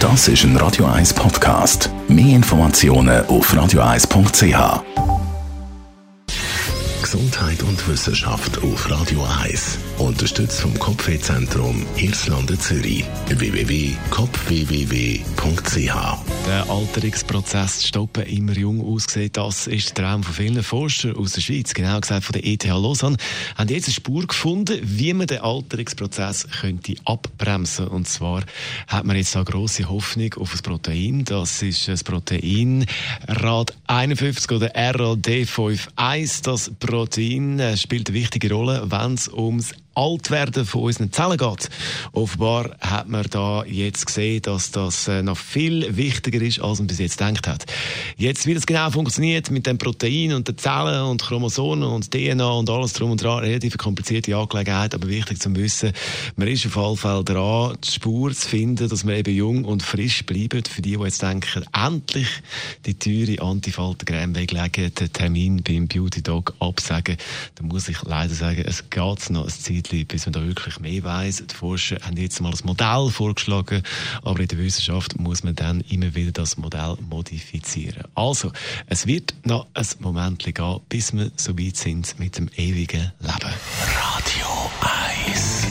Das ist ein Radio 1 Podcast. Mehr Informationen auf radio1.ch. Gesundheit und Wissenschaft auf Radio 1. Unterstützt vom Kopfwehzentrum Irlande Zürich. www.kopfwww.ch. Der Alterungsprozess zu stoppen, immer jung aussehen, das ist der Traum von vielen Forschern aus der Schweiz, genau gesagt von der ETH Lausanne, haben jetzt eine Spur gefunden, wie man den Alterungsprozess könnte abbremsen. Und zwar hat man jetzt da grosse Hoffnung auf ein Protein. Das ist das Protein RAD51 oder RAD51. Das Protein spielt eine wichtige Rolle, wenn es ums Altwerden von unseren Zellen geht. Offenbar hat man da jetzt gesehen, dass das noch viel wichtiger ist, als man bis jetzt gedacht hat. Jetzt, wie das genau funktioniert mit dem Protein und den Zellen und Chromosomen und DNA und alles drum und dran, relativ komplizierte Angelegenheit, aber wichtig zu wissen, man ist auf jeden Fall dran, die Spur zu finden, dass man eben jung und frisch bleibt. Für die jetzt denken, endlich die teure Antifaltencreme weglegen, den Termin beim Beauty Dog absagen, da muss ich leider sagen, es geht noch ein Zeit, bis man da wirklich mehr weiss. Die Forscher haben jetzt mal ein Modell vorgeschlagen, aber in der Wissenschaft muss man dann immer wieder das Modell modifizieren. Also, es wird noch ein Moment gehen, bis wir so weit sind mit dem ewigen Leben. Radio 1.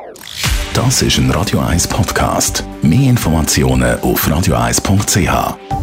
Das ist ein Radio 1 Podcast. Mehr Informationen auf radio1.ch.